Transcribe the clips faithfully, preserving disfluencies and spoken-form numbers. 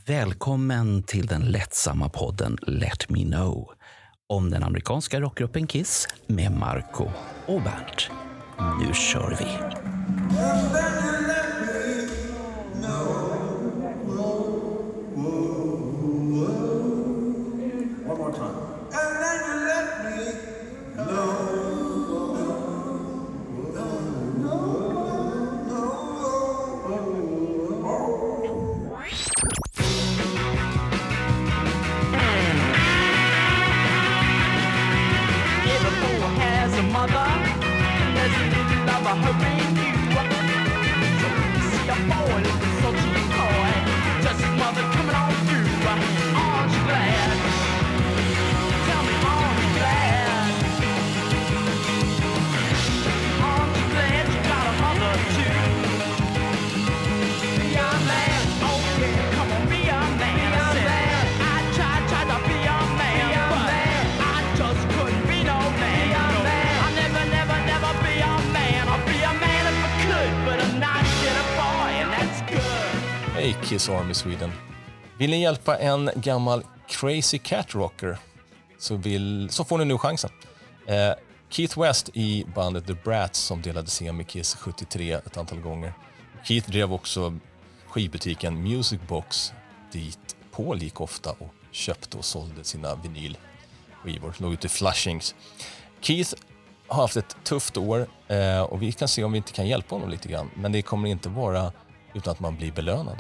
Välkommen till den lättsamma podden Let Me Know om den amerikanska rockgruppen Kiss med Marco och Bernt. Nu kör vi! One more time. And then you let me know. Hej Kiss Army Sweden. Vill ni hjälpa en gammal Crazy Cat Rocker så, vill, så får ni nu chansen. Eh, Keith West i bandet The Brats som delade scen med Kiss sjuttiotre ett antal gånger. Keith drev också skivbutiken Music Box dit Paul gick ofta och köpte och sålde sina vinylskivor. Låg ute i Flushings. Keith har haft ett tufft år eh, och vi kan se om vi inte kan hjälpa honom lite grann. Men det kommer inte vara utan att man blir belönad.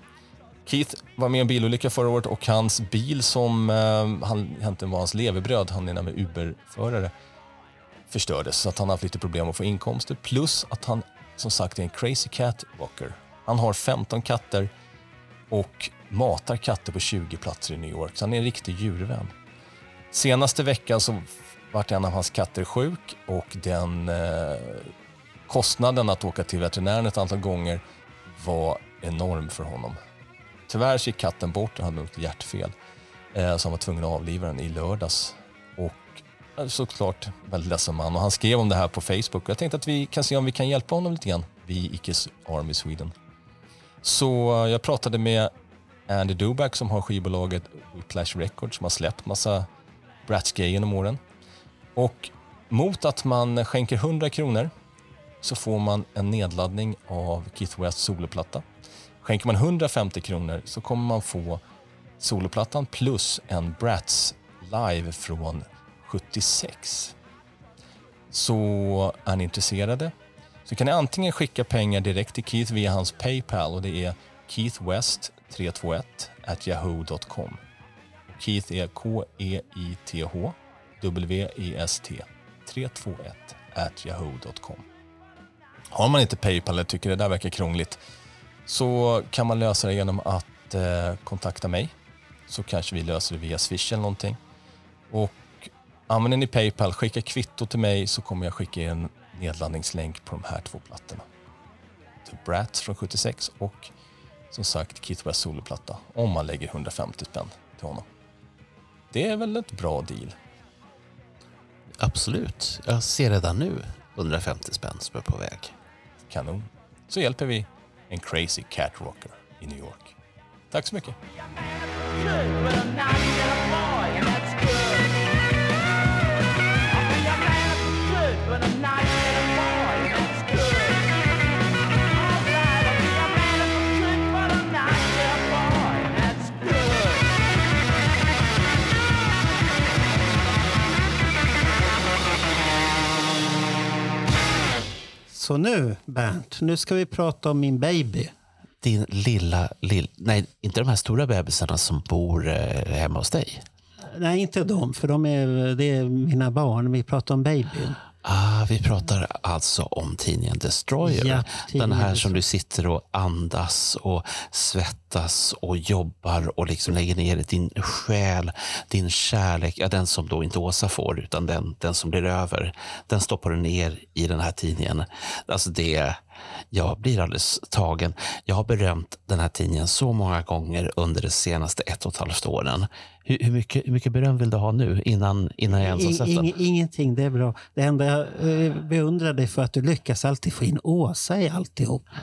Keith var med i en bilolycka förra året och hans bil som eh, han egentligen var hans levebröd, han är med Uber-förare, förstördes så att han har haft lite problem att få inkomster. Plus att han som sagt är en Crazy Cat Walker. Han har femton katter och matar katter på tjugo platser i New York. Så han är en riktig djurvän. Senaste veckan så var en av hans katter sjuk och den eh, kostnaden att åka till veterinären ett antal gånger var enorm för honom. Tyvärr gick katten bort och hade något hjärtfel. Eh, så han var tvungen att avliva den i lördags. Och såklart väldigt ledsen man. Och han skrev om det här på Facebook. Jag tänkte att vi kan se om vi kan hjälpa honom lite grann. Vi i Kiss Army Sweden. Så jag pratade med Andy Duback som har skivbolaget Whiplash Records som har släppt massa Bratz-grejer genom åren. Och mot att man skänker hundra kronor så får man en nedladdning av Keith Wests soloplatta. Skänker man hundrafemtio kronor så kommer man få soloplattan plus en Bratz live från sjuttiosex. Så är ni intresserade så kan ni antingen skicka pengar direkt till Keith via hans PayPal och det är keithwest tre två ett at yahoo dot com. Keith är K E I T H W E S T tre två ett at yahoo dot com. Har man inte PayPal eller tycker det där verkar krångligt så kan man lösa det genom att eh, kontakta mig. Så kanske vi löser det via Swish eller någonting. Och använder ni PayPal, skicka kvitto till mig så kommer jag skicka en nedladdningslänk på de här två plattorna. The Brats från sjuttiosex och som sagt Keith West soloplatta om man lägger hundrafemtio spänn till honom. Det är väl ett bra deal? Absolut. Jag ser redan nu hundrafemtio spänn som är på väg. Kanon. Så hjälper vi en Crazy Cat Rocker i New York. Tack så mycket. Så nu, Bernt, nu ska vi prata om min baby. Din lilla, lill... nej, inte de här stora bebisarna som bor eh, hemma hos dig. Nej, inte de, för de är, det är mina barn. Vi pratar om babyn. Ah, vi pratar alltså om tidningen Destroyer. Ja, tidningen den här som du sitter och andas och svettas och jobbar och liksom lägger ner din själ, din kärlek. Ja, den som då inte Åsa får utan den, den som blir över. Den stoppar du ner i den här tidningen. Alltså det, jag blir alldeles tagen. Jag har berömt den här tidningen så många gånger under de senaste ett och ett halvt åren. Hur, hur, mycket, hur mycket beröm vill du ha nu innan, innan jag ens har sett den? Ing, ingenting, det är bra. Det enda jag beundrar dig för att du lyckas alltid få in Åsa i alltihop.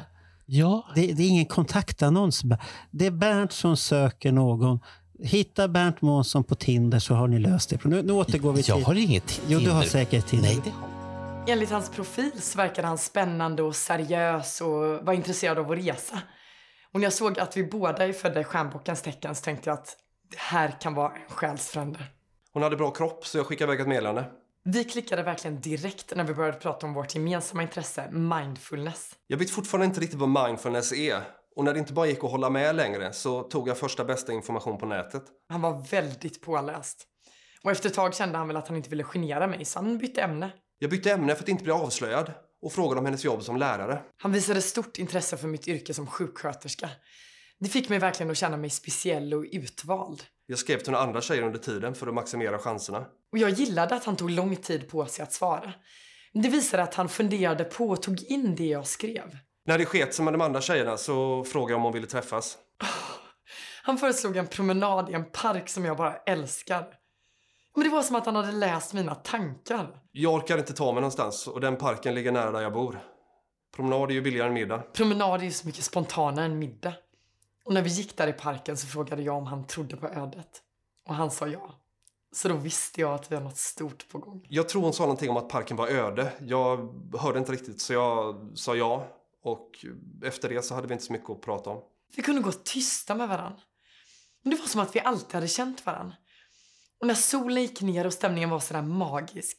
Ja. Det, det är ingen kontaktannons. Det är Bernt som söker någon. Hitta Bernt Månsson på Tinder så har ni löst det. Nu, nu återgår vi till... Jag har inget Tinder. Jo, du har säkert Tinder. Nej, det har... Enligt hans profil så verkade han spännande och seriös och var intresserad av att resa. Och när jag såg att vi båda är födda i stjärnbockens tecken så tänkte jag att det här kan vara en själsfrände. Hon hade bra kropp så jag skickade iväg ett meddelande. Vi klickade verkligen direkt när vi började prata om vårt gemensamma intresse, mindfulness. Jag vet fortfarande inte riktigt vad mindfulness är. Och när det inte bara gick att hålla med längre så tog jag första bästa information på nätet. Han var väldigt påläst. Och efter ett tag kände han väl att han inte ville genera mig så han bytte ämne. Jag bytte ämne för att inte bli avslöjad och frågade om hennes jobb som lärare. Han visade stort intresse för mitt yrke som sjuksköterska. Det fick mig verkligen att känna mig speciell och utvald. Jag skrev till några andra tjejer under tiden för att maximera chanserna. Och jag gillade att han tog lång tid på sig att svara. Det visade att han funderade på och tog in det jag skrev. När det sket sig med de andra tjejerna så frågade jag om hon ville träffas. Han föreslog en promenad i en park som jag bara älskar. Men det var som att han hade läst mina tankar. Jag orkar inte ta mig någonstans och den parken ligger nära där jag bor. Promenad är ju billigare än middag. Promenad är ju så mycket spontanare än middag. Och när vi gick där i parken så frågade jag om han trodde på ödet. Och han sa ja. Så då visste jag att vi har något stort på gång. Jag tror hon sa någonting om att parken var öde. Jag hörde inte riktigt så jag sa ja. Och efter det så hade vi inte så mycket att prata om. Vi kunde gå tysta med varann. Men det var som att vi alltid hade känt varann. Och när solen gick ner och stämningen var sådär magisk.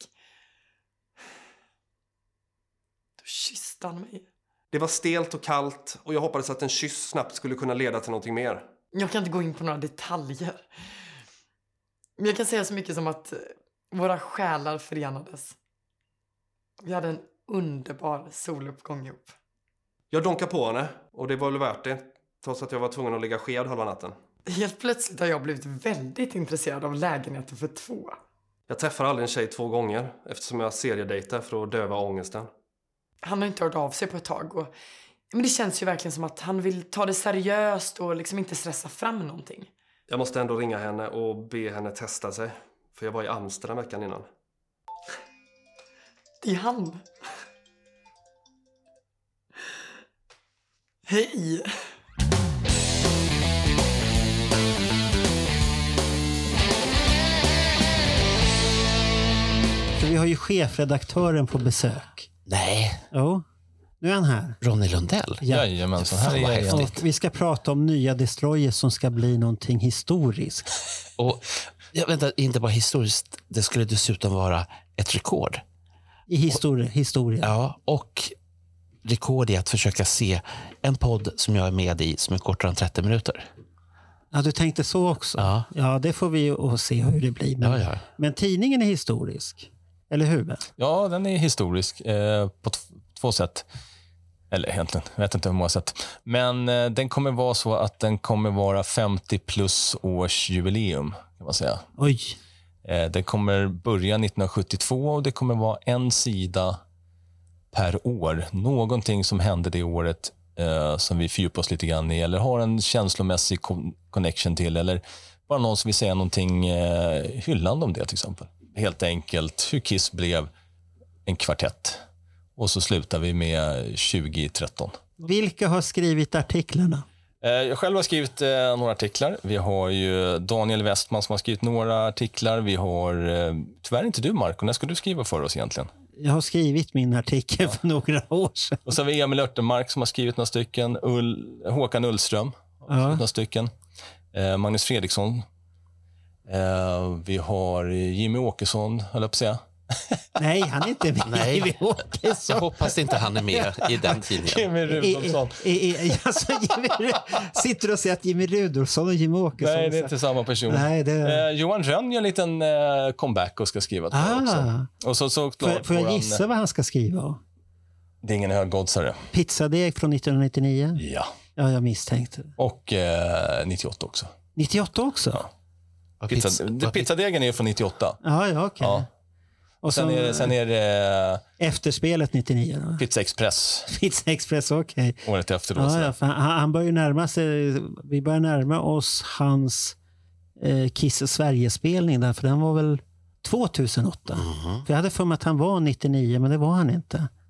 Då kysste han mig. Det var stelt och kallt och jag hoppades att en kyss snabbt skulle kunna leda till någonting mer. Jag kan inte gå in på några detaljer. Men jag kan säga så mycket som att våra själar förenades. Vi hade en underbar soluppgång ihop. Jag donkade på henne och det var väl värt det. Trots att jag var tvungen att ligga sked halva natten. Helt plötsligt har jag blivit väldigt intresserad av lägenheter för två. Jag träffar aldrig en tjej två gånger eftersom jag seriedejtar för att döva ångesten. Han har inte hört av sig på ett tag. Och, men det känns ju verkligen som att han vill ta det seriöst och liksom inte stressa fram någonting. Jag måste ändå ringa henne och be henne testa sig. För jag var i Amsterdam veckan innan. Det är han. Hej! För vi har ju chefredaktören på besök. Nej, Jo, nu är han här. Ronny Lundell. Ja. Jajamensan, här Fan, är vad jag igen. häftigt. Och vi ska prata om nya destroyers som ska bli någonting historiskt. Och jag väntar, inte bara historiskt, det skulle dessutom vara ett rekord. I histori- historia. Ja, och rekord i att försöka se en podd som jag är med i som är kortare än trettio minuter. Ja, du tänkte så också. Ja. Ja, det får vi ju och se hur det blir. Men, Ja, ja. men tidningen är historisk. Eller hur? Ja, den är historisk eh, på t- två sätt. Eller egentligen, jag vet inte hur många sätt. Men eh, den kommer vara så att den kommer vara femtio plus års jubileum, kan man säga. Oj. Eh, den kommer börja nittonhundrasjuttiotvå och det kommer vara en sida per år. Någonting som hände det året eh, som vi fördjupar oss lite grann i eller har en känslomässig con- connection till eller bara någon som vill säga någonting eh, hyllande om det till exempel. Helt enkelt hur Kiss blev en kvartett. Och så slutar vi med tjugo tretton. Vilka har skrivit artiklarna? Eh, jag själv har skrivit eh, några artiklar. Vi har ju Daniel Westman som har skrivit några artiklar. Vi har, eh, tyvärr inte du Marco, när ska du skriva för oss egentligen? Jag har skrivit min artikel ja. för några år sedan. Och så har vi Emil Örtenmark som har skrivit några stycken. Ull, Håkan Ullström har Ja. skrivit några stycken. Eh, Magnus Fredriksson. Eh, vi har Jimmy Åkesson, höll jag på att säga. Nej, han är inte med. Nej. Vi åker Jag så. hoppas inte han är med i den tidningen. Jimmy Rudolfsson. I, i, i, alltså, Jimmy, sitter och säger att Jimmy Rudolfsson och Jimmy Åkesson. Nej, det är inte samma person. Nej, det... Eh, Johan Rönn gör en liten eh, comeback och ska skriva ett par också. Ah. Och så, så, Får, får jag gissa vad han ska skriva? Det är ingen högoddsare. Pizzadeg från nittonhundranittionio? Ja. Ja, jag misstänkte. Och eh, nittioåtta också. nittioåtta också? Ja. Vad Pizza, pizza- det, vad pizzadegen är från nittioåtta. Ja, ja, okej. Ja. Och Sen så, är, det- sen är det efterspelet nittionio då? Pizza Express Pizza Express, okej. året efter. Då, Ja, så. ja, för han, han börjar ju närma sig, vi börjar närma oss hans eh, Kiss Sverige-spelning där, för den var väl tvåtusenåtta. Mhm. För jag hade för mig att han var nittionio, men det var han inte.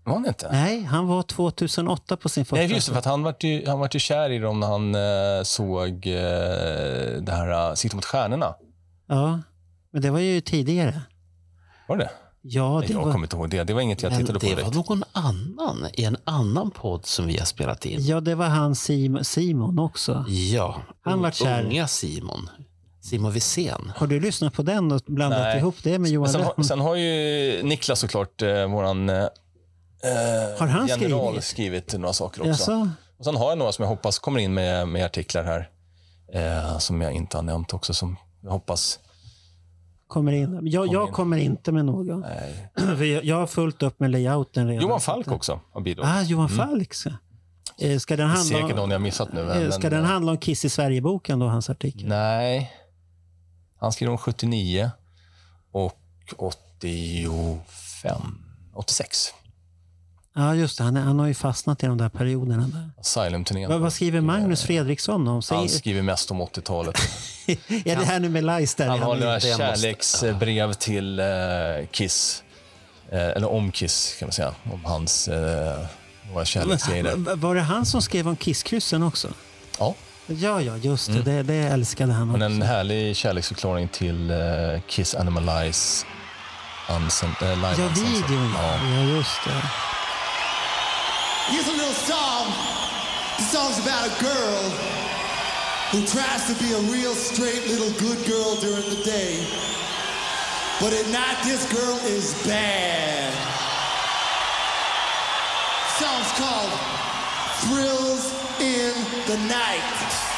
Var han inte? Nej, han var tjugohundraåtta på sin första. Nej, just det, för att han var ju, han var ju kär i dem när han eh, såg eh, det här uh, Sitta mot stjärnorna. Ja, men det var ju tidigare. Var det? Ja, Nej, det jag var... kommer inte ihåg det. Det var inget jag Men tittade på det direkt. var någon annan i en annan podd som vi har spelat in. Ja, det var han Sim- Simon också. Ja, Han var kär. Unga Simon. Simon Wirsén. Har du lyssnat på den och blandat Nej. ihop det med Johan Sen, Lönn? har- sen har ju Niklas såklart, eh, våran eh, Har han general, skrivit? skrivit några saker också. Jaså? Och sen har jag några som jag hoppas kommer in med, med artiklar här. Eh, som jag inte har nämnt också, som jag hoppas... Kommer in. Jag, jag in. kommer inte med någon. Nej. För jag, jag har fullt upp med layouten redan. Johan Falk också har bidragit. Ah, Johan Falk. Så. Eh, Ska den handla Säkert om, någon jag missat nu. eh, Men, ska den handla om Kiss i Sverige-boken då, hans artikel? Nej. Han skrev om sjuttionio och åttiofem, åttiosex. Ja, just det. Han, är- han har ju fastnat i de där perioderna. Där. Asylum-turnén. Vad, vad skriver Magnus Fredriksson om? Säg, Han skriver mest om åttiotalet. är det här nu med Lice där? Han har några det måste- kärleksbrev till eh, Kiss. Eh, eller om Kiss kan man säga. Om hans eh, några kärleksgrejer. Va- Var det han som skrev om Kisskryssen också? Ja, Ja, ja, just det. Det, det älskade han också. men en härlig kärleksförklaring till eh, Kiss Animalize Uncent- eh, Live Ja, Uncensored. videon. Ja, ja just det. Here's a little song. The song's about a girl who tries to be a real straight little good girl during the day. But at night, this girl is bad. Song's called Thrills in the Night.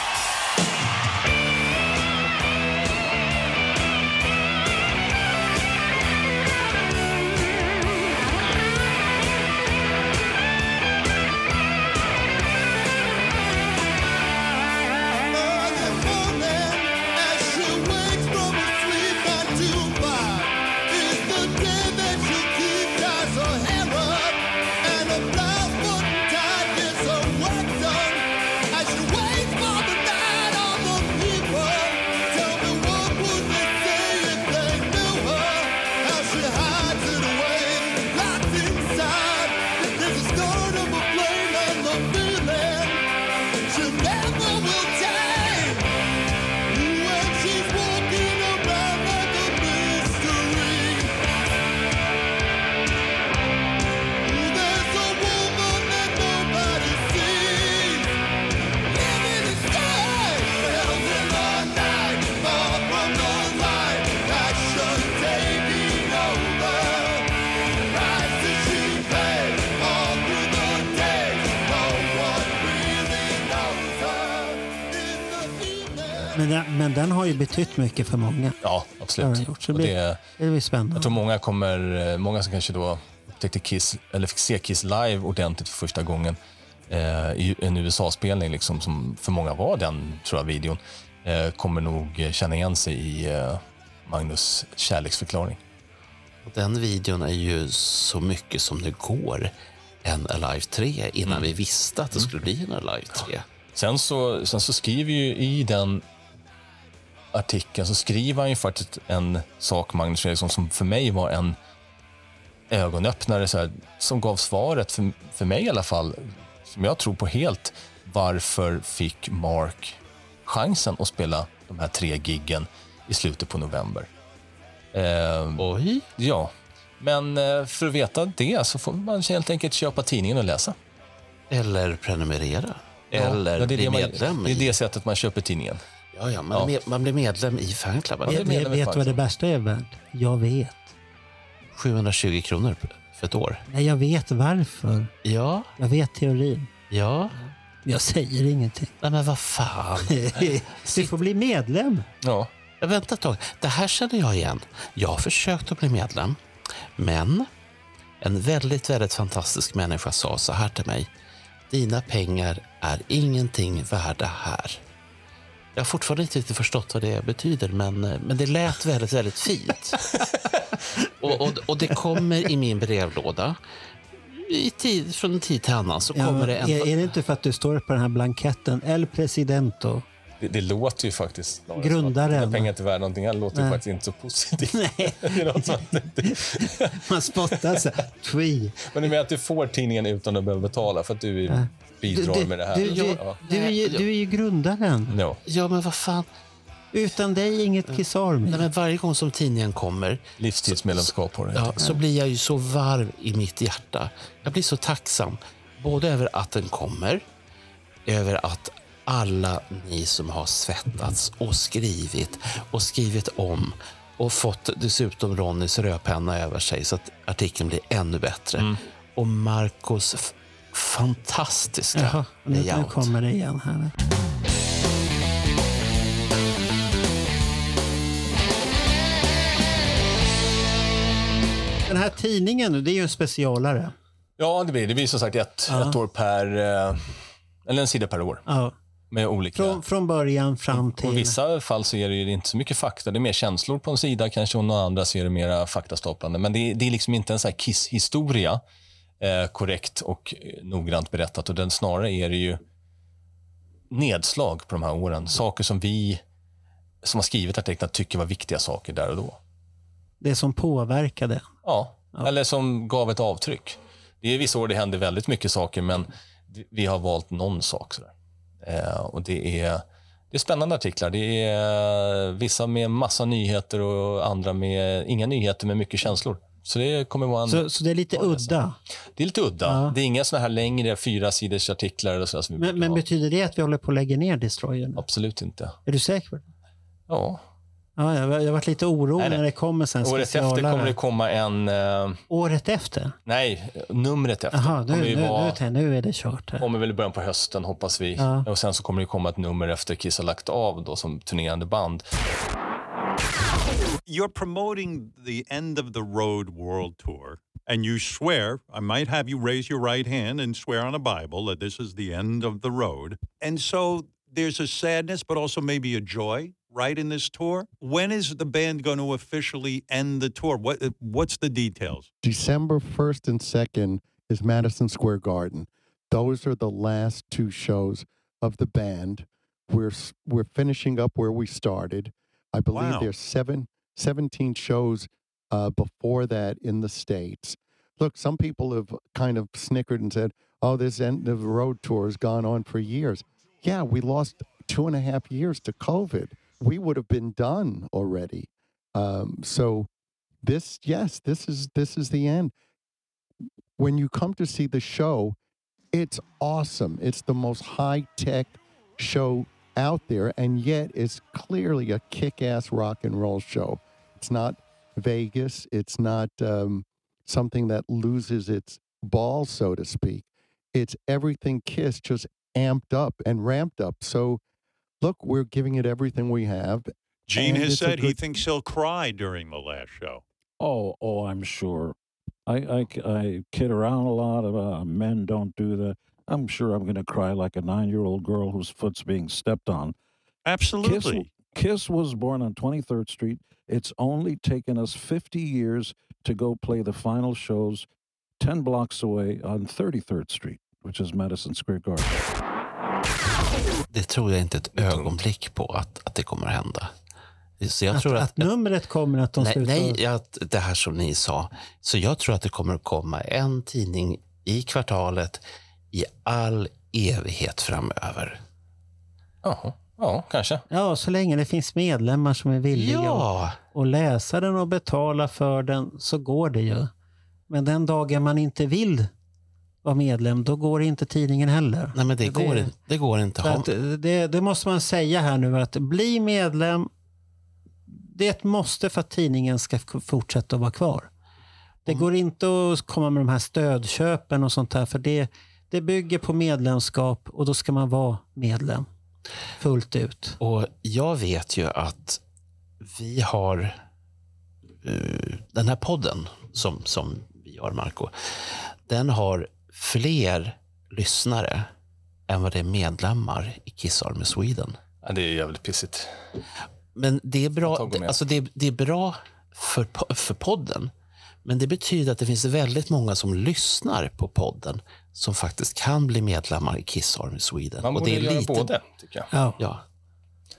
Early morning, as she wakes from her sleep, not too far, is the day that she keeps ties her hair up and her blouse button tied, gets her work done. As she waits for the night, all the people tell me what would they say if they knew her? How she hides it away, locked inside. There's a start of a flame and the feeling she never will take. When she's walking around like a mystery, there's a woman that nobody sees, living in sky, held in the night, far from the light that should take it over. Price that she paid all through the days, no one really knows her in the evening. Men, den- men den har ju betytt mycket för många. Ja, Ja, absolut. det har gjort. Så Och det blir- det, Det blir spännande. jag tror många kommer, många som kanske då upptäckte Kiss, eller fick se Kiss live ordentligt för första gången eh, i en U S A-spelning, liksom, som för många var den, tror jag, videon, eh, kommer nog känna igen sig i eh, Magnus kärleksförklaring. Och den videon är ju så mycket som det går en Alive tre innan vi visste att det skulle bli en Alive tre. Sen så, sen så skriver ju i den artikeln så skriver han ju faktiskt en sak, Magnus Fredriksson, som för mig var en ögonöppnare, så här, som gav svaret, för, för mig i alla fall, som jag tror på helt, varför fick Mark chansen att spela de här tre giggen i slutet på november. Eh, Oj. ja, men eh, för att veta det så får man helt enkelt köpa tidningen och läsa. Eller prenumerera. Eller ja, det är bli det man, medlem Det är i... det sättet man köper tidningen. Ja, ja, man, Ja. är med, man blir medlem i fanklubben. Ja, det är Vet, medlem i vet du vad det Faxen. bästa är, Bernt? Jag vet. sjuhundratjugo kronor för ett år. Nej, jag vet varför. Ja, Jag vet teorin. ja. Jag säger ingenting. Nej, men vad fan. Du får bli medlem. Ja. Jag vänta ett tag. Det här känner jag igen. Jag har försökt att bli medlem. Men en väldigt, väldigt fantastisk människa sa så här till mig. Dina pengar är ingenting värda här. Jag har fortfarande inte riktigt förstått vad det betyder, men, men det lät väldigt, väldigt fint. och, och, och det kommer i min brevlåda. I tid, från tid till annan så Ja, kommer det en... är, är det inte för att du står på den här blanketten El Presidento? Det, det låter ju faktiskt... Grundaren. När pengar inte är värda någonting, det låter ju Nej. faktiskt inte så positivt. Nej. Det låter som att, Man spottar så här. Twi. men du menar att du får tidningen utan att behöva betala för att du Ja. bidrar Du, med det här? du, du, ja. du, är ju, du är ju grundaren. No. Ja, men vad fan. Utan dig inget Kiss Army. Nej, men varje gång som tidningen kommer Livstidsmedlemskap på det. ja, så blir jag ju så varm i mitt hjärta. Jag blir så tacksam. Både över att den kommer, över att alla ni som har svettats och skrivit och skrivit om och fått dessutom Ronnys rödpenna över sig så att artikeln blir ännu bättre. Mm. Och Marcos f- fantastiska Jaha, nu, nu layout. kommer det igen här. Den här tidningen, det är ju en specialare. Ja, det blir, det blir som sagt ett, Ja. ett år per... eh, Eller en sida per år. Ja. Med olika... Från, från början fram till... Och i vissa fall så är det ju inte så mycket fakta. Det är mer känslor på en sida kanske, och några andra så är det mera faktastaplande. Men det är, det är liksom inte en sån här Kiss-historia eh, korrekt och eh, noggrant berättat. Och den snarare är det ju nedslag på de här åren. Saker som vi som har skrivit artiklarna tycker var viktiga saker där och då. Det som påverkade. Ja, Ja. eller som gav ett avtryck. Det är vissa år det händer väldigt mycket saker, men vi har valt någon sak sådär. Eh, och det är, det är spännande artiklar. Det är vissa med massa nyheter och andra med inga nyheter med mycket känslor. Så det kommer vara en... Så, så det är lite Ja, det är så. udda. Det är lite udda. Ja. Det är inga såna här längre fyra sidors artiklar eller sådär som vi Men, brukar men ha. betyder det att vi håller på att lägga ner Destroyer nu? Absolut inte. Är du säker på det? Ja. Ja, jag, jag har varit lite orolig Nej, nej. när det kommer sen Året efter specialare. kommer det komma en... Eh, Året efter? nej, numret efter. Jaha, nu, kommer nu, ju vara, nu, nu är det kört här. kommer väl i början på hösten, hoppas vi. Ja. Och sen så kommer det komma ett nummer efter Kiss har lagt av då, som turnerande band. You're promoting the end of the road world tour, and you swear, I might have you raise your right hand and swear on a Bible that this is the end of the road. And so there's a sadness, but also maybe a joy, right, in this tour. When is the band going to officially end the tour? What What's the details? December first and second is Madison Square Garden. Those are the last two shows of the band. We're s- we're finishing up where we started. I believe Wow. there's seven, seventeen shows uh, before that in the States. Look, some people have kind of snickered and said, oh, this end of the road tour has gone on for years. Yeah, we lost two and a half years to COVID. We would have been done already. Um, so this, yes, this is this is the end. When you come to see the show, it's awesome. It's the most high-tech show out there, and yet it's clearly a kick-ass rock and roll show. It's not Vegas. It's not um, something that loses its ball, so to speak. It's everything Kiss, just amped up and ramped up. So, look, we're giving it everything we have. Gene And has it's a said he good- thinks he'll cry during the last show. Oh, oh, I'm sure. I, I, I kid around a lot. Uh, men don't do that. I'm sure I'm going to cry like a nine-year-old girl whose foot's being stepped on. Absolutely. Kiss, Kiss was born on twenty-third Street. It's only taken us fifty years to go play the final shows ten blocks away on thirty-third Street, which is Madison Square Garden. Det tror jag inte ett ögonblick på att, att det kommer att hända. Så jag Att, tror att, att, numret kommer att de nej, slutar... nej att det här som ni sa. Så jag tror att det kommer att komma en tidning i kvartalet i all evighet framöver. Jaha, ja, kanske. Ja, så länge det finns medlemmar som är villiga Ja, att, att läsa den och betala för den så går det ju. Men den dagen man inte vill vara medlem, då går inte tidningen heller. nej men det, går, inte- det går inte. Så Ha, att det, det måste man säga här nu, att bli medlem, det är ett måste för att tidningen ska f- fortsätta att vara kvar. Det går inte att komma med de här stödköpen och sånt här, för det, det bygger på medlemskap och då ska man vara medlem fullt ut. Och jag vet ju att vi har uh, den här podden som, som vi gör, Marco, den har fler lyssnare än vad det är medlemmar i Kiss Army Sweden. Ja, det är jävligt pissigt. Men det är bra, Tag med. alltså det, det är bra för, po- för podden. Men det betyder att det finns väldigt många som lyssnar på podden som faktiskt kan bli medlemmar i Kiss Army Sweden. Man Och borde det är göra lite, både, tycker jag. Ja. Ja.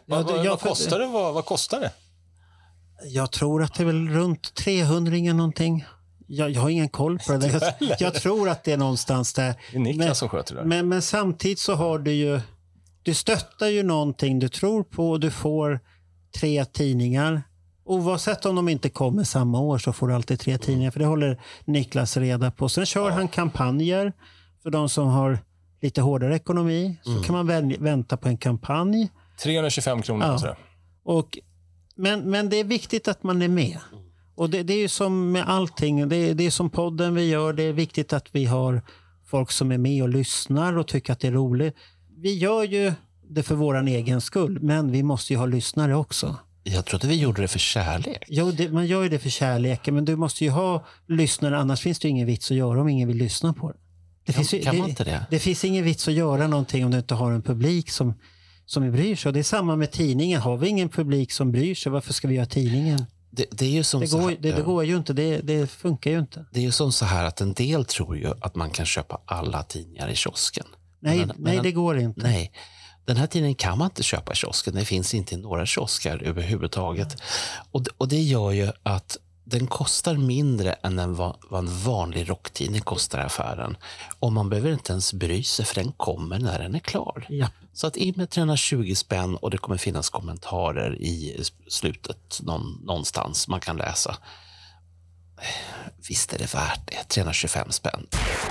Vad, Ja, vad, jag- vad, kostar det, vad, vad kostar det? Jag tror att det är väl runt trehundra någonting. Jag, jag har ingen koll på det. Jag, jag tror att det är någonstans där. Det är Niklas Men- som sköter det där. Men, men samtidigt så har du ju, du stöttar ju någonting du tror på och du får tre tidningar. Oavsett om de inte kommer samma år så får du alltid tre tidningar, för det håller Niklas reda på. Sen kör han kampanjer för de som har lite hårdare ekonomi. Så Mm. kan man väl, vänta på en kampanj. trehundratjugofem kronor. Ja. sådär. Och, men, men det är viktigt att man är med. Och det, det är ju som med allting. Det, är- det är som podden vi gör. Det är viktigt att vi har folk som är med och lyssnar och tycker att det är roligt. Vi gör ju det för våran egen skull, men vi måste ju ha lyssnare också. Jag trodde vi gjorde det för kärlek. Jo, det, man gör ju det för kärleken, men du måste ju ha lyssnare, annars finns det ju ingen vits att göra om ingen vill lyssna på det. Det, Kan- finns, ju, kan man det, inte det? det finns ingen vits att göra någonting om du inte har en publik som, som bryr sig. Och det är samma med tidningen. Har vi ingen publik som bryr sig, varför ska vi göra tidningen? Det, det är ju som Det så går, här, det, det går ju inte, det, det funkar ju inte. det är ju som så här att en del tror ju att man kan köpa alla tidningar i kiosken. Nej, Men- nej men- det går inte. Nej, den här tidningen kan man inte köpa i kiosken. Det finns inte i några kiosker överhuvudtaget. Och, det- och det gör ju att den kostar mindre än en, va- vad en vanlig rocktidning kostar i affären. Och man behöver inte ens bry sig, för den kommer när den är klar. Ja. Så att in med trehundratjugo spänn, och det kommer finnas kommentarer i slutet någon, någonstans man kan läsa. Visst är det värt det, trehundratjugofem spänn.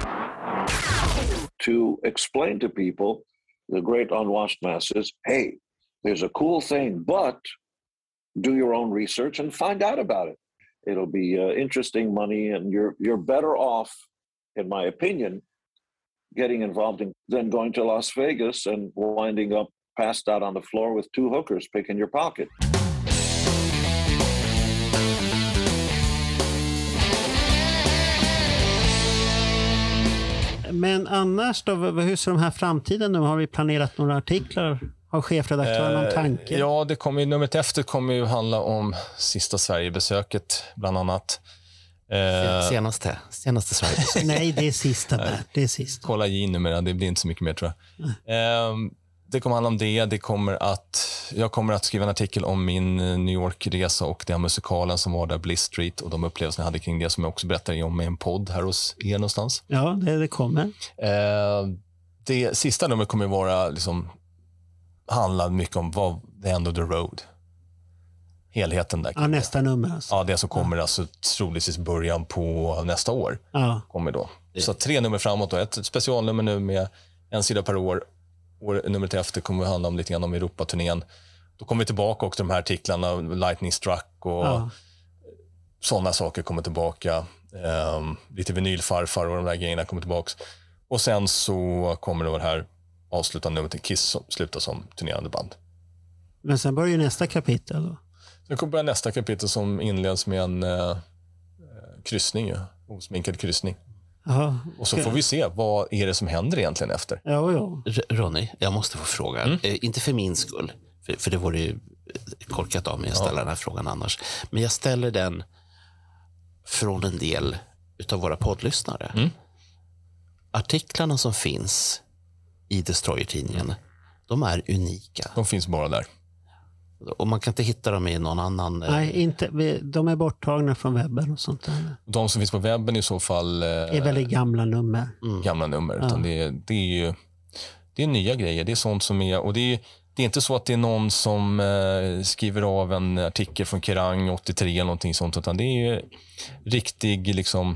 To explain to people, the great unwashed masses, hey, there's a cool thing, but do your own research and find out about it. It'll be uh, interesting money, and you're you're better off, in my opinion, getting involved in than going to Las Vegas and winding up passed out on the floor with two hookers picking your pocket. Men annars då, vad- hur ser de här framtiden nu? Har vi planerat några artiklar? Har chefredaktören någon Eh, tanke? Ja, det kommer ju, numret efter kommer ju handla om sista Sverigebesöket, bland annat. Eh, Senaste, senaste Sverige. Nej, det är sista. Bert. Det är sista. kolla i numera, det blir inte så mycket mer tror jag. Eh, det kommer handla om det. Det kommer att, jag kommer att skriva en artikel om min eh, New York-resa och den musikalen som var där, Bliss Street, och de upplevelser jag hade kring det, som jag också berättade om i en podd här hos er någonstans. Ja, det, det kommer. Eh, det sista numret kommer att vara liksom, handla mycket om vad the end of the road. Helheten där. Ja, nästa nummer alltså. Ja, det som kommer alltså troligtvis i början på nästa år. Ja. Kommer då. Så tre nummer framåt då. Ett specialnummer nu med en sida per år. år numret efter kommer att handla om lite grann om Europaturnén. Då kommer vi tillbaka också till de här artiklarna, Lightning Struck och Ja. sådana saker kommer tillbaka. Um, lite vinylfarfar och de där grejerna kommer tillbaka. Och sen så kommer det vara det här avslutande numret till Kiss som slutar som turnerande band. Men sen börjar ju nästa kapitel då. Nu kommer börja nästa kapitel som inleds med en uh, kryssning, ja. Osminkad kryssning. Jaha. Och så får vi se, vad är det som händer egentligen efter? Ja, ja. R- Ronny, jag måste få fråga. Mm. Eh, inte för min skull, för, för det vore ju korkat av mig att ställa den här frågan annars. Men jag ställer den från en del utav våra poddlyssnare. Mm. Artiklarna som finns i Destroyer-tidningen, de är unika. De finns bara där. Och man kan inte hitta dem i någon annan... eh, Nej, inte, vi, de är borttagna från webben och sånt där. De som finns på webben är i så fall eh, Det är väldigt gamla nummer. gamla nummer. Ja. Utan det, är, det är ju det är nya grejer. Det är sånt som är... Och det är, det är inte så att det är någon som eh, skriver av en artikel från Kerrang åttiotre eller någonting sånt. Utan det är ju riktig liksom...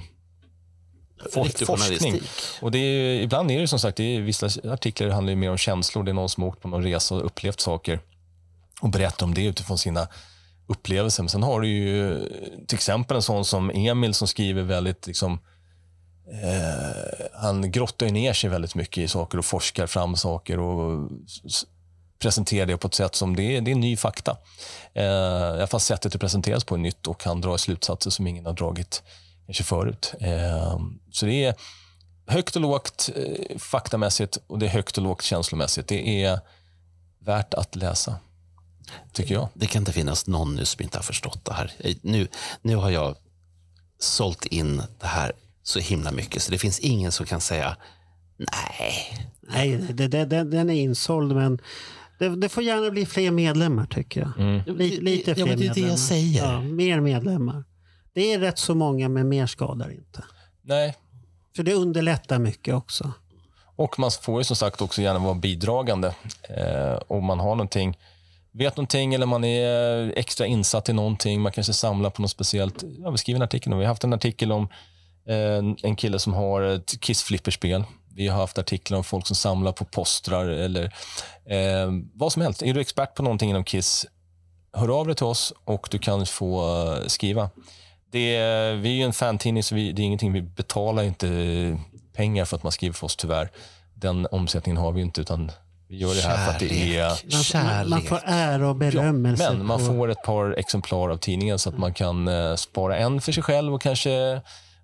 For, Riktig forskning. journalistik. Och det är, ibland är det som sagt, det är, vissa artiklar handlar ju mer om känslor. Det är någon som har åkt på någon resa och upplevt saker och berättar om det utifrån sina upplevelser. Men sen har du ju till exempel en sån som Emil som skriver väldigt liksom, eh, han grottar ju ner sig väldigt mycket i saker och forskar fram saker och s- presenterar det på ett sätt som det är, det är ny fakta. Eh, I alla fall sättet det presenteras på är nytt och han drar slutsatser som ingen har dragit kanske förut. Eh, så det är högt och lågt eh, faktamässigt och det är högt och lågt känslomässigt. Det är värt att läsa, tycker jag. Det kan inte finnas någon nu som inte har förstått det här. Eh, Nu, nu har jag sålt in det här så himla mycket så det finns ingen som kan säga nej. Nej, det, det, den, den är insåld, men Det, det får gärna bli fler medlemmar tycker jag. Mm. Lite, lite Ja, fler men det är medlemmar. det jag säger. Ja, mer medlemmar. Det är rätt så många, men mer skadar inte. Nej. För det underlättar mycket också. Och man får ju som sagt också gärna vara bidragande. Eh, om man har någonting, vet någonting eller man är extra insatt i någonting. Man kanske samlar på något speciellt. Ja, vi skriver en artikel nu. Vi har haft en artikel om eh, en kille som har ett Kiss-flipperspel. Vi har haft artiklar om folk som samlar på postrar eller eh, vad som helst. Är du expert på någonting inom Kiss, hör av dig till oss och du kan få uh, skriva. Det är, vi är ju en fantidning så vi, det är ingenting, vi betalar inte pengar för att man skriver för oss tyvärr. Den omsättningen har vi inte utan vi gör det här för att det är... Man, man får ära och berömmelse. Ja, men man på... får ett par exemplar av tidningen så att man kan uh, spara en för sig själv och kanske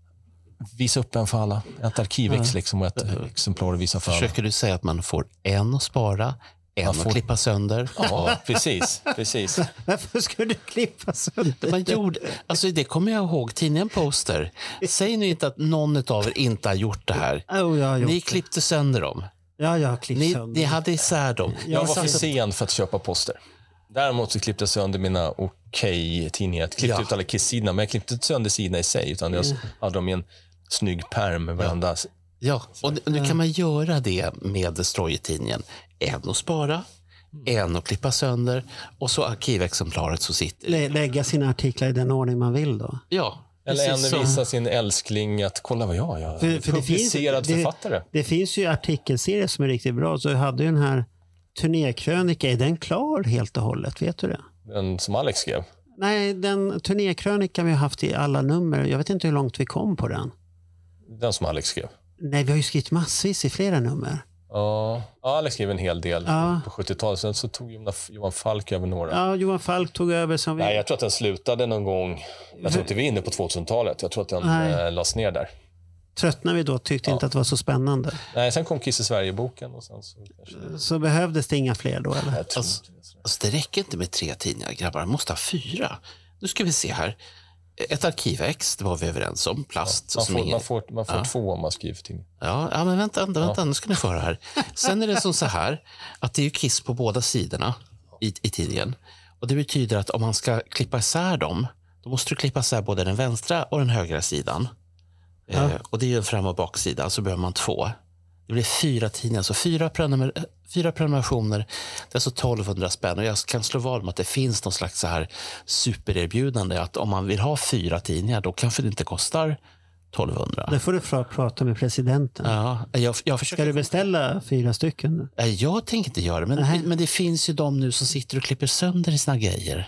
visa upp en för alla. Ett arkivex liksom och ett exemplar att visa för alla. Försöker du säga att man får en att spara, en Man får- att klippa sönder? Ja, precis. precis. Varför ska du klippa sönder? Man gjorde, alltså det kommer jag ihåg, tidningen Poster. Säg nu inte att någon av er inte har gjort det här. Oh, jag har gjort Ni det. klippte sönder dem. Ja, jag har klippt Ni, sönder. ni hade isär dem. Jag var för satt- sen för att köpa poster. Däremot så klippte jag sönder mina Okej-tidningar. Jag klippte Ja. ut alla Kiss-sidorna, men jag klippte inte sönder sidorna i sig, utan jag hade dem i en snygg pärm med varandra. Ja, och nu- nu kan man göra det med Destroyer-tidningen. En att spara, en att klippa sönder och så arkivexemplaret som sitter. Lä- lägga sina artiklar i den ordning man vill då. Ja, Eller en precis så. visa sin älskling att kolla vad jag gör. För- för det Publicerad finns- det- författare. Det finns ju artikelserier som är riktigt bra. Så jag hade ju den här turnékrönika. Är den klar helt och hållet? Vet du det? Den som Alex skrev. Nej, den turnékrönikan vi har haft i alla nummer. Jag vet inte hur långt vi kom på den. Den som Alex skrev. Nej, vi har ju skrivit massvis i flera nummer. Ja, ja, Alex skrev en hel del Ja. på sjuttiotalet. Sen så tog Jonas- Johan Falk över några. Ja, Johan Falk tog över som vi... Nej, jag tror att den slutade någon gång. Jag tror inte vi är inne på tvåtusentalet. Jag tror att den Nej. eh, lades ner där. Tröttnade vi då, tyckte Ja. inte att det var så spännande. Nej, sen kom Kiss i Sverige-boken och sen så kanske... Så behövdes det inga fler då, eller? Jag tror Alltså, inte det. alltså det räcker inte med tre tidningar, grabbar. Man måste ha fyra. Nu ska vi se här. Ett arkivex, det var vi överens om. Plast. Man som får, ingen- man får, man får Ja. två om man skriver tidning. Ja, ja men vänta, vänta, vänta. nu ska ni få höra här. Sen är det som så här, att det är ju Kiss på båda sidorna i, i tidningen. Och det betyder att om man ska klippa isär dem, då måste du klippa isär både den vänstra och den högra sidan. Ja. Eh, och det är ju en fram- och baksida, så behöver man två. Det blir fyra tidningar, så fyra, prenumer- fyra prenumerationer, det är alltså tolvhundra spänn. Och jag kan slå vad om att det finns någon slags så här supererbjudande, att om man vill ha fyra tidningar, då kanske det inte kostar tolvhundra. Det får du fra- prata med presidenten. Ja, jag, jag Ska försöker... du beställa fyra stycken? Nej, jag tänker inte göra det, men, Nej. men det finns ju de nu som sitter och klipper sönder i sina grejer.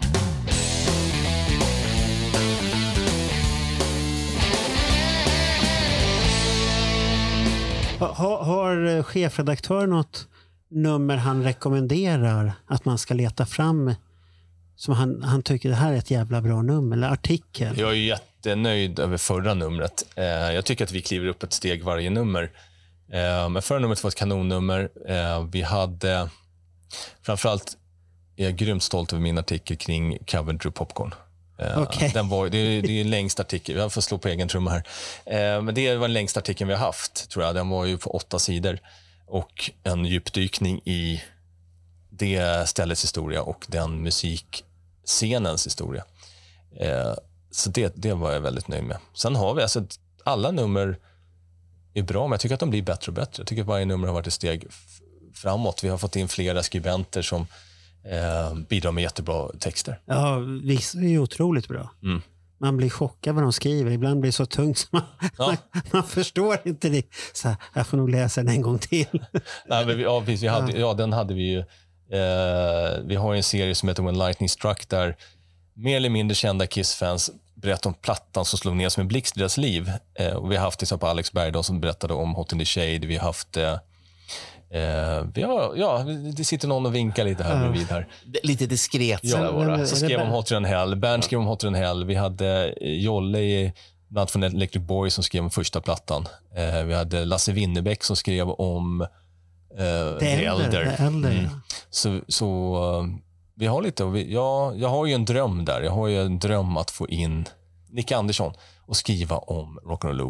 Ha, ha, har chefredaktör något nummer han rekommenderar att man ska leta fram som han, han tycker det här är ett jävla bra nummer, eller artikel? Jag är ju jättenöjd över förra numret. Eh, jag tycker att vi kliver upp ett steg varje nummer. Eh, men förra numret var ett kanonnummer. Eh, vi hade framförallt, jag är grymt stolt över min artikel kring Coventry Popcorn. Eh, Okej. Den var, det, är, det är en längst artikel, jag får slå på egen trumma här. Eh, men det var den längsta artikeln vi har haft, tror jag. Den var ju på åtta sidor. Och en djupdykning i det ställets historia och den musikscenens historia. Eh, så det, det var jag väldigt nöjd med. Sen har vi, alltså alla nummer är bra, men jag tycker att de blir bättre och bättre. Jag tycker att varje nummer har varit ett steg f- framåt. Vi har fått in flera skribenter som eh, bidrar med jättebra texter. Ja, vissa är ju otroligt bra. Mm. Man blir chockad vad de skriver. Ibland blir det så tungt så man, Ja. man, man förstår inte det. Så här, jag får nog läsa den en gång till. Nej, men vi, ja, precis, vi hade, ja, den hade vi ju. Eh, vi har en serie som heter When Lightning Struck där mer eller mindre kända Kiss-fans berättar om plattan som slog ner som en blixt i deras liv. Eh, och vi har haft till exempel Alex Bergdahl som berättade om Hot in the Shade. Vi har haft... Eh, eh, vi har, ja, det sitter någon och vinkar lite här bredvid här. Lite diskret Ja, sådär bara. men- som är det skrev om Ber- Hotter than Hell. Bernt skrev om Hotter than Hell. Vi hade eh, Jolle i bland från Electric Boy som skrev om första plattan. Eh, vi hade Lasse Winnerbäck som skrev om eh, Det The äldre. Elder. Det äldre Mm. ja. Så, så uh, vi har lite, och vi, ja, jag har ju en dröm där. Jag har ju en dröm att få in Nick Andersson och skriva om Rock'n'Roll Over.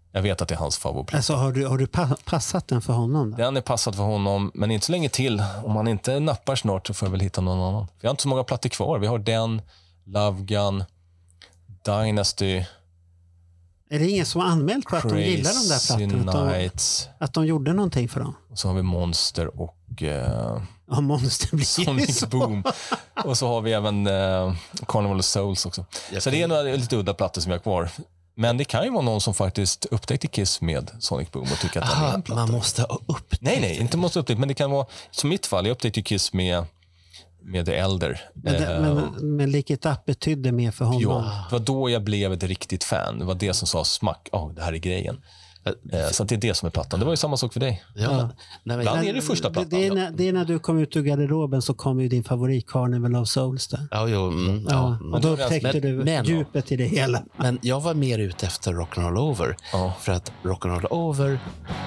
Jag vet att det är hans favoritplatta. Alltså har du, har du pa- passat den för honom? Då? Den är passat för honom, men inte så länge till. Om han inte nappar snart så får jag väl hitta någon annan. Vi har inte så många plattor kvar. Vi har den, Love Gun, Dynasty. Är det ingen som har anmält på att de gillar de där plattorna? Att de, att de gjorde någonting för dem? Och så har vi Monster och eh, ja, Monster blir Sonic Boom. Och så har vi även eh, Carnival of Souls också. Jag så det är några lite udda plattor som vi har kvar. Men det kan ju vara någon som faktiskt upptäckte Kiss med Sonic Boom och tycker att Aha, det är en platta. Man måste ha upptäckt. Nej, nej, inte måste upptäckt. Men det kan vara, som mitt fall, jag upptäckte Kiss med, med The Elder. Men, det, eh, men, men Lick It Up betydde mer för honom. Ja, det var då jag blev ett riktigt fan. Det var det som sa smack, ja, oh, det här är grejen. Eh, så det är det som är plattan. Det var ju samma sak för dig. Ja. Ja. Nej, men, Ibland är det första plattan. Det, det, är när, det är när du kom ut ur garderoben så kom ju din favorit Carnival of Souls där. Ja, jo, mm, ja. ja. Och då upptäckte men, du men, djupet i det hela. Men jag var mer ute efter Rock'n'Roll Over. Ja. För att Rock'n'Roll Over...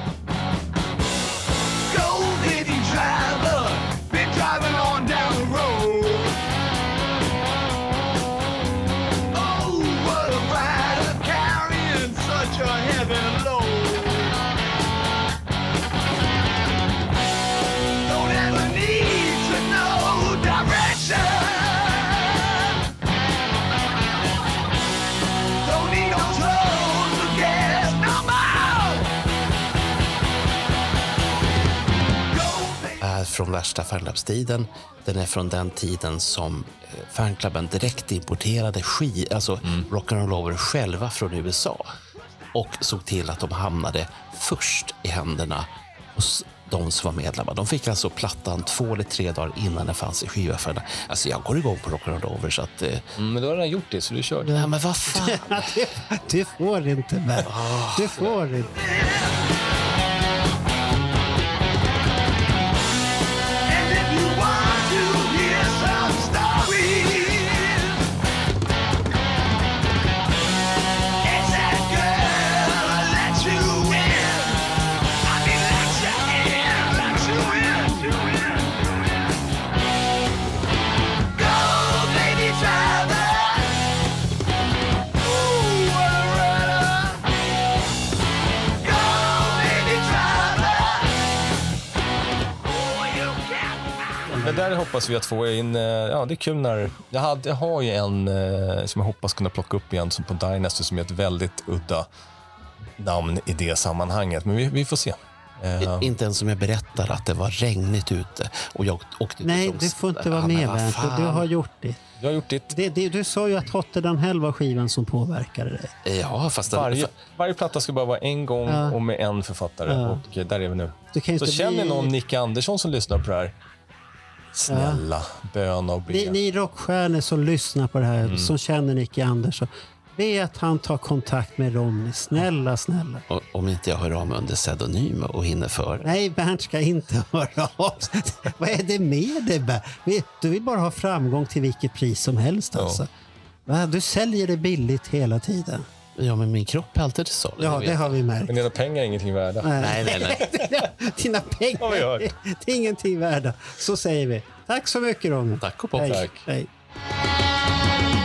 Go, lady driver, been driving on down the road. Oh, what a ride, carrying such a heavy load. Don't ever need to know direction. Don't need no toes to gas no more. är från värsta fanklubstiden. Den är från den tiden som fanklubben direkt importerade ski, alltså mm. Rock'n'Roll Over själva från U S A och såg till att de hamnade först i händerna hos de som var medlemmar. De fick alltså plattan två eller tre dagar innan den fanns i skivaffärerna. Alltså jag går igång på Rock'n'Roll Over så att... Eh... Mm, men du har redan gjort det så du kör. Nej, men vad fan? du, du får inte med. Oh, du får inte. Men där hoppas vi att få in, ja det är kul när, jag, hade, jag har ju en som jag hoppas kunna plocka upp igen som på Dynasty som är ett väldigt udda namn i det sammanhanget, men vi, vi får se. Uh, inte ens som jag berättar att det var regnigt ute och jag åkte. Nej, du får inte vara med, Bernt. Du har gjort det. Du har gjort det. det, det du sa ju att Hotterdam Hell var skivan som påverkade dig. Ja, fast varje, varje platta ska bara vara en gång ja. och med en författare ja. och där är vi nu. Så känner bli... någon Nick Andersson som lyssnar på det här. Snälla, ja. böna och be. Ni, ni rockstjärnor som lyssnar på det här, mm. som känner Nicky Andersson, be att han tar kontakt med Ronny. Snälla, snälla. Och, om inte jag hör av mig under pseudonym och hinner före. Nej, Bernt ska inte höra av sig. Vad är det med dig, Bernt? Du vill bara ha framgång till vilket pris som helst. Alltså. Ja. Du säljer det billigt hela tiden. Ja, men min kropp är alltid så. Ja, det har vi märkt. Men dina pengar är ingenting värda. Nej, nej, nej. Dina pengar ja, det är ingenting värda. Så säger vi. Tack så mycket, Ronny. Tack och på. Hej. Tack. Hej.